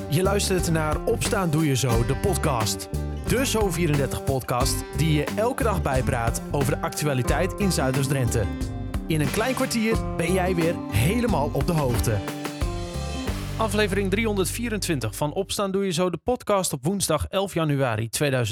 Je luistert naar Opstaan Doe Je Zo, de podcast. De Zo34-podcast die je elke dag bijpraat over de actualiteit in Zuiders-Drenthe. In een klein kwartier ben jij weer helemaal op de hoogte. Aflevering 324 van Opstaan Doe Je Zo, de podcast op woensdag 11 januari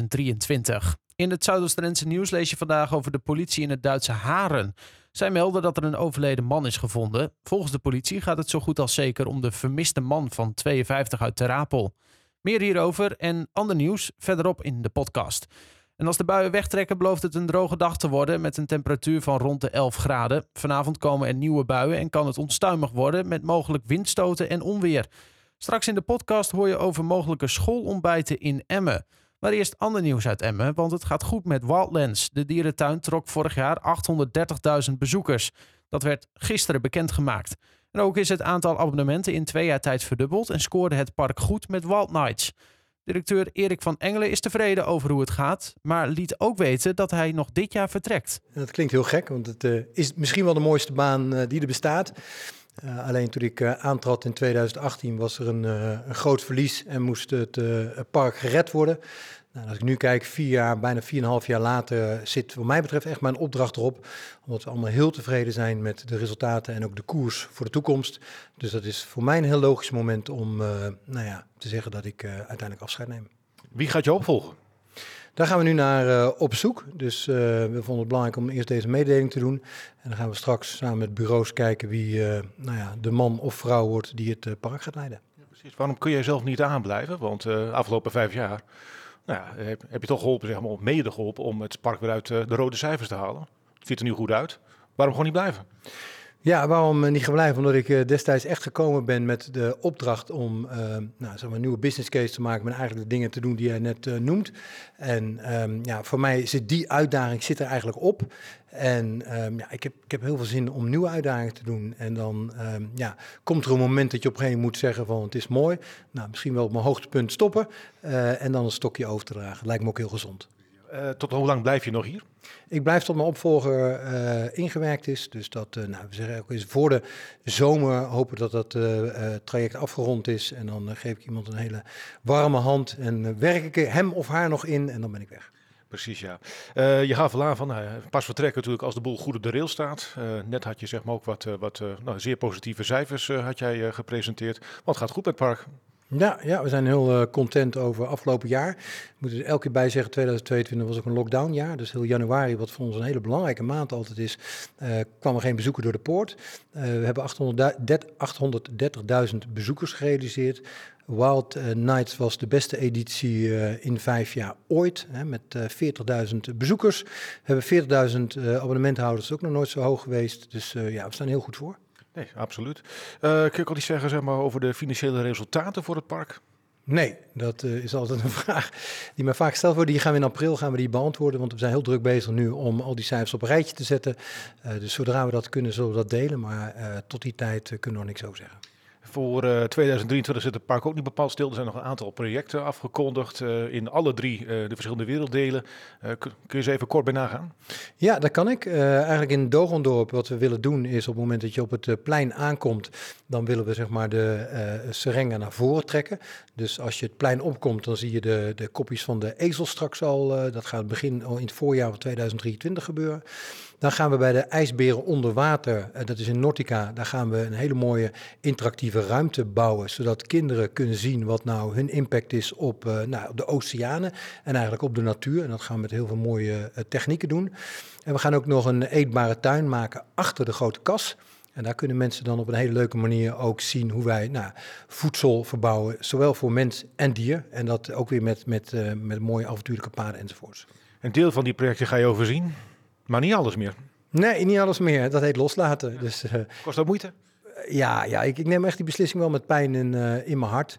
2023. In het Zuiders-Drentse nieuws lees je vandaag over de politie in het Duitse Haren. Zij melden dat er een overleden man is gevonden. Volgens de politie gaat het zo goed als zeker om de vermiste man van 52 uit Ter Apel. Meer hierover en ander nieuws verderop in de podcast. En als de buien wegtrekken belooft het een droge dag te worden met een temperatuur van rond de 11 graden. Vanavond komen er nieuwe buien en kan het onstuimig worden met mogelijk windstoten en onweer. Straks in de podcast hoor je over mogelijke schoolontbijten in Emmen. Maar eerst ander nieuws uit Emmen, want het gaat goed met Wildlands. De dierentuin trok vorig jaar 830.000 bezoekers. Dat werd gisteren bekendgemaakt. En ook is het aantal abonnementen in 2 jaar tijd verdubbeld en scoorde het park goed met Wild Nights. Directeur Erik van Engelen is tevreden over hoe het gaat, maar liet ook weten dat hij nog dit jaar vertrekt. Dat klinkt heel gek, want het is misschien wel de mooiste baan die er bestaat. Alleen toen ik aantrad in 2018 was er een groot verlies en moest het park gered worden. Nou, als ik nu kijk, bijna 4,5 jaar later zit wat mij betreft echt mijn opdracht erop. Omdat we allemaal heel tevreden zijn met de resultaten en ook de koers voor de toekomst. Dus dat is voor mij een heel logisch moment om te zeggen dat ik uiteindelijk afscheid neem. Wie gaat je opvolgen? Daar gaan we nu naar op zoek. Dus we vonden het belangrijk om eerst deze mededeling te doen. En dan gaan we straks samen met bureaus kijken wie de man of vrouw wordt die het park gaat leiden. Ja, precies. Waarom kun jij zelf niet aanblijven? Want de afgelopen 5 jaar heb je toch geholpen, zeg maar, mede geholpen om het park weer uit de rode cijfers te halen. Het ziet er nu goed uit. Waarom gewoon niet blijven? Ja, waarom niet gaan blijven? Omdat ik destijds echt gekomen ben met de opdracht om een nieuwe business case te maken met eigenlijk de dingen te doen die jij net noemt. En voor mij zit die uitdaging er eigenlijk op. En ik heb heel veel zin om nieuwe uitdagingen te doen. En dan komt er een moment dat je op een gegeven moment moet zeggen van het is mooi. Nou, misschien wel op mijn hoogtepunt stoppen en dan een stokje over te dragen. Lijkt me ook heel gezond. Tot hoe lang blijf je nog hier? Ik blijf tot mijn opvolger ingewerkt is. Dus dat, we zeggen ook eens voor de zomer hopen dat dat traject afgerond is. En dan geef ik iemand een hele warme hand en werk ik hem of haar nog in en dan ben ik weg. Precies, ja. Je gaf al aan van pas vertrekken natuurlijk als de boel goed op de rail staat. Net had je zeg maar ook wat zeer positieve cijfers had jij gepresenteerd. Want het gaat goed met het park. Ja, we zijn heel content over afgelopen jaar. Ik moet er elke keer bij zeggen, 2022 was ook een lockdownjaar. Dus heel januari, wat voor ons een hele belangrijke maand altijd is, kwam er geen bezoeker door de poort. We hebben 830.000 bezoekers gerealiseerd. Wild Nights was de beste editie in 5 jaar ooit, met 40.000 bezoekers. We hebben 40.000 abonnementhouders, ook nog nooit zo hoog geweest. Dus we staan heel goed voor. Nee, absoluut. Kun je ook al iets zeggen zeg maar, over de financiële resultaten voor het park? Nee, dat is altijd een vraag die mij vaak gesteld wordt. Die gaan we in april beantwoorden, want we zijn heel druk bezig nu om al die cijfers op een rijtje te zetten. Dus zodra we dat kunnen, zullen we dat delen. Maar tot die tijd kunnen we nog niks over zeggen. Voor 2023 zit het park ook niet bepaald stil. Er zijn nog een aantal projecten afgekondigd in alle 3 de verschillende werelddelen. Kun je eens even kort bij nagaan? Ja, dat kan ik. Eigenlijk in Doggendorp wat we willen doen is op het moment dat je op het plein aankomt, dan willen we zeg maar de serenga naar voren trekken. Dus als je het plein opkomt, dan zie je de kopjes van de ezel straks al. Dat gaat begin al in het voorjaar van 2023 gebeuren. Dan gaan we bij de ijsberen onder water, dat is in Nortica, daar gaan we een hele mooie interactieve ruimte bouwen, zodat kinderen kunnen zien wat nou hun impact is op de oceanen en eigenlijk op de natuur. En dat gaan we met heel veel mooie technieken doen. En we gaan ook nog een eetbare tuin maken achter de grote kas. En daar kunnen mensen dan op een hele leuke manier ook zien hoe wij voedsel verbouwen, zowel voor mens en dier. En dat ook weer met mooie avontuurlijke paden enzovoorts. Een deel van die projecten ga je overzien, maar niet alles meer. Nee, niet alles meer. Dat heet loslaten. Ja. Dus, kost dat moeite? Ja, ik neem echt die beslissing wel met pijn in mijn hart.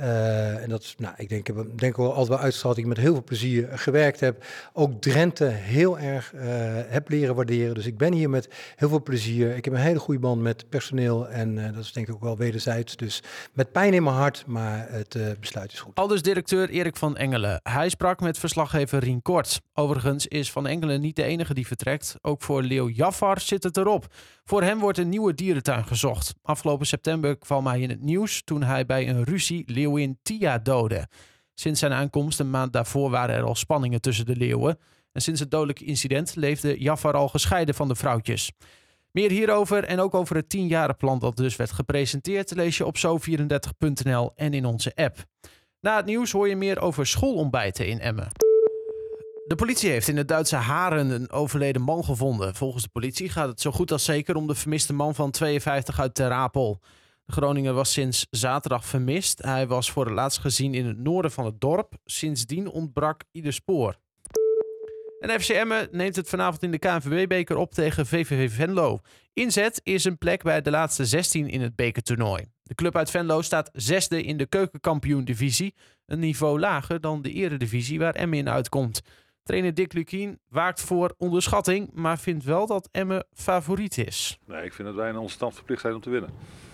En dat is, ik denk wel altijd wel uitstraald dat ik met heel veel plezier gewerkt heb. Ook Drenthe heel erg heb leren waarderen. Dus ik ben hier met heel veel plezier. Ik heb een hele goede band met personeel en dat is denk ik ook wel wederzijds. Dus met pijn in mijn hart, maar het besluit is goed. Aldus directeur Erik van Engelen. Hij sprak met verslaggever Rien Kort. Overigens is Van Engelen niet de enige die vertrekt. Ook voor Leo Jaffar zit het erop. Voor hem wordt een nieuwe dierentuin gezocht. gezocht. Afgelopen september kwam hij in het nieuws toen hij bij een ruzie leeuwin Tia doodde. Sinds zijn aankomst een maand daarvoor waren er al spanningen tussen de leeuwen. En sinds het dodelijke incident leefde Jafar al gescheiden van de vrouwtjes. Meer hierover en ook over het 10-jarenplan dat dus werd gepresenteerd lees je op zo34.nl en in onze app. Na het nieuws hoor je meer over schoolontbijten in Emmen. De politie heeft in het Duitse Haren een overleden man gevonden. Volgens de politie gaat het zo goed als zeker om de vermiste man van 52 uit Ter Apel. De Groninger was sinds zaterdag vermist. Hij was voor het laatst gezien in het noorden van het dorp. Sindsdien ontbrak ieder spoor. En FC Emmen neemt het vanavond in de KNVB-beker op tegen VVV Venlo. Inzet is een plek bij de laatste 16 in het bekertoernooi. De club uit Venlo staat 6e in de keukenkampioen-divisie. Een niveau lager dan de eredivisie waar Emmen in uitkomt. Trainer Dick Lukien waakt voor onderschatting, maar vindt wel dat Emmen favoriet is. Nee, ik vind dat wij aan onze stand verplicht zijn om te winnen.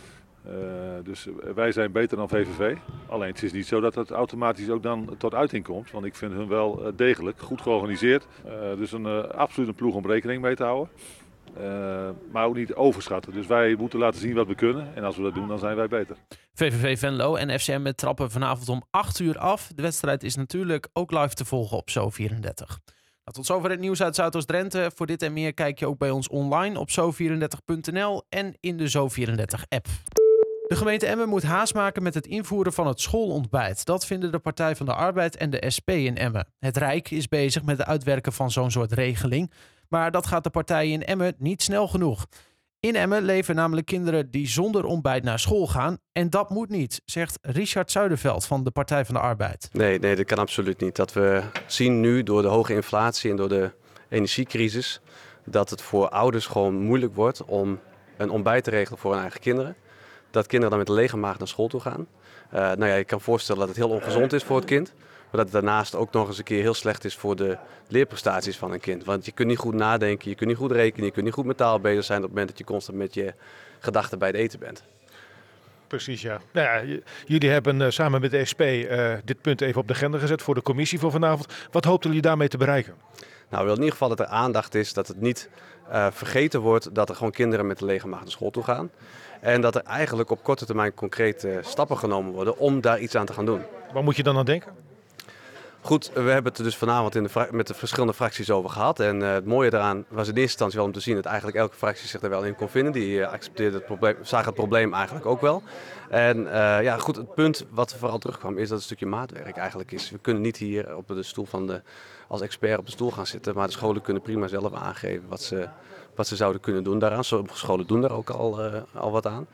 Dus wij zijn beter dan VVV. Alleen het is niet zo dat het automatisch ook dan tot uiting komt. Want ik vind hun wel degelijk, goed georganiseerd. Dus absoluut een ploeg om rekening mee te houden. Maar ook niet overschatten. Dus wij moeten laten zien wat we kunnen. En als we dat doen, dan zijn wij beter. VVV Venlo en FC Emmen trappen vanavond om 8:00 af. De wedstrijd is natuurlijk ook live te volgen op Zo34. Tot zover het nieuws uit Zuidoost-Drenthe. Voor dit en meer kijk je ook bij ons online op zo34.nl en in de Zo34-app. De gemeente Emmen moet haast maken met het invoeren van het schoolontbijt. Dat vinden de Partij van de Arbeid en de SP in Emmen. Het Rijk is bezig met het uitwerken van zo'n soort regeling. Maar dat gaat de partijen in Emmen niet snel genoeg. In Emmen leven namelijk kinderen die zonder ontbijt naar school gaan. En dat moet niet, zegt Richard Zuiderveld van de Partij van de Arbeid. Nee, dat kan absoluut niet. Dat we zien nu door de hoge inflatie en door de energiecrisis dat het voor ouders gewoon moeilijk wordt om een ontbijt te regelen voor hun eigen kinderen. Dat kinderen dan met een lege maag naar school toe gaan. Je kan voorstellen dat het heel ongezond is voor het kind. Maar dat het daarnaast ook nog eens een keer heel slecht is voor de leerprestaties van een kind. Want je kunt niet goed nadenken, je kunt niet goed rekenen, je kunt niet goed met taal bezig zijn op het moment dat je constant met je gedachten bij het eten bent. Precies, ja. Nou ja, jullie hebben samen met de SP dit punt even op de agenda gezet voor de commissie voor vanavond. Wat hoopten jullie daarmee te bereiken? Nou, we willen in ieder geval dat er aandacht is, dat het niet vergeten wordt dat er gewoon kinderen met een lege maag naar school toe gaan. En dat er eigenlijk op korte termijn concrete stappen genomen worden om daar iets aan te gaan doen. Waar moet je dan aan denken? Goed, we hebben het er dus vanavond met de verschillende fracties over gehad. En het mooie daaraan was in eerste instantie wel om te zien dat eigenlijk elke fractie zich er wel in kon vinden. Die accepteerde het probleem, zag het probleem eigenlijk ook wel. En het punt wat er vooral terugkwam is dat het een stukje maatwerk eigenlijk is. We kunnen niet hier op de stoel als expert op de stoel gaan zitten. Maar de scholen kunnen prima zelf aangeven wat ze zouden kunnen doen daaraan. Sommige scholen doen daar ook al wat aan.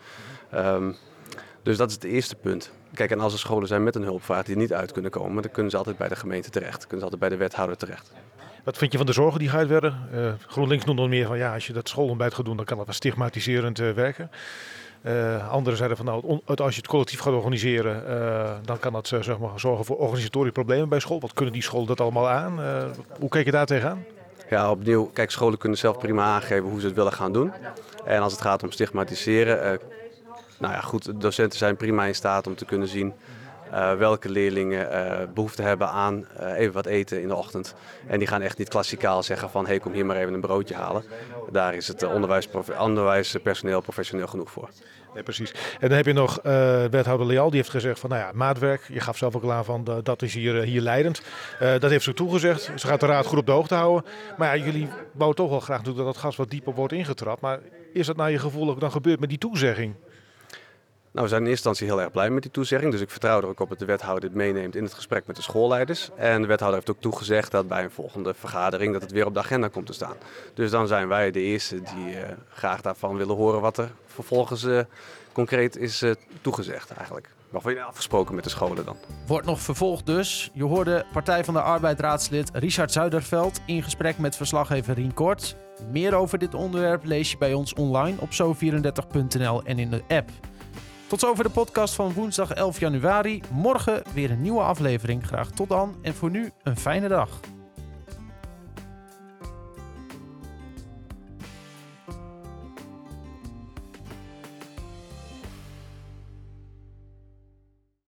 Dus dat is het eerste punt. Kijk, en als er scholen zijn met een hulpvaart die niet uit kunnen komen, dan kunnen ze altijd bij de gemeente terecht. Kunnen ze altijd bij de wethouder terecht. Wat vind je van de zorgen die geuit werden? GroenLinks noemt nog meer van als je dat schoolontbijt gaat doen, dan kan dat wel stigmatiserend werken. Anderen zeiden van als je het collectief gaat organiseren, dan kan dat zorgen voor organisatorische problemen bij school. Wat kunnen die scholen dat allemaal aan? Hoe kijk je daar tegenaan? Ja, opnieuw, kijk, scholen kunnen zelf prima aangeven hoe ze het willen gaan doen. En als het gaat om stigmatiseren, de docenten zijn prima in staat om te kunnen zien welke leerlingen behoefte hebben aan even wat eten in de ochtend. En die gaan echt niet klassikaal zeggen van kom hier maar even een broodje halen. Daar is het onderwijspersoneel professioneel genoeg voor. Nee, precies. En dan heb je nog wethouder Leal, die heeft gezegd van maatwerk. Je gaf zelf ook al aan van dat is hier leidend. Dat heeft ze ook toegezegd. Ze gaat de raad goed op de hoogte houden. Maar jullie bouwen toch wel graag dat dat gas wat dieper wordt ingetrapt. Maar is dat naar je gevoel ook dan gebeurd met die toezegging? Nou, we zijn in eerste instantie heel erg blij met die toezegging. Dus ik vertrouw er ook op dat de wethouder dit meeneemt in het gesprek met de schoolleiders. En de wethouder heeft ook toegezegd dat bij een volgende vergadering dat het weer op de agenda komt te staan. Dus dan zijn wij de eerste die graag daarvan willen horen wat er vervolgens concreet is toegezegd eigenlijk. Wat wordt afgesproken met de scholen dan? Wordt nog vervolgd dus. Je hoorde Partij van de Arbeid raadslid Richard Zuiderveld in gesprek met verslaggever Rien Kort. Meer over dit onderwerp lees je bij ons online op zo34.nl en in de app. Tot zover de podcast van woensdag 11 januari. Morgen weer een nieuwe aflevering. Graag tot dan en voor nu een fijne dag.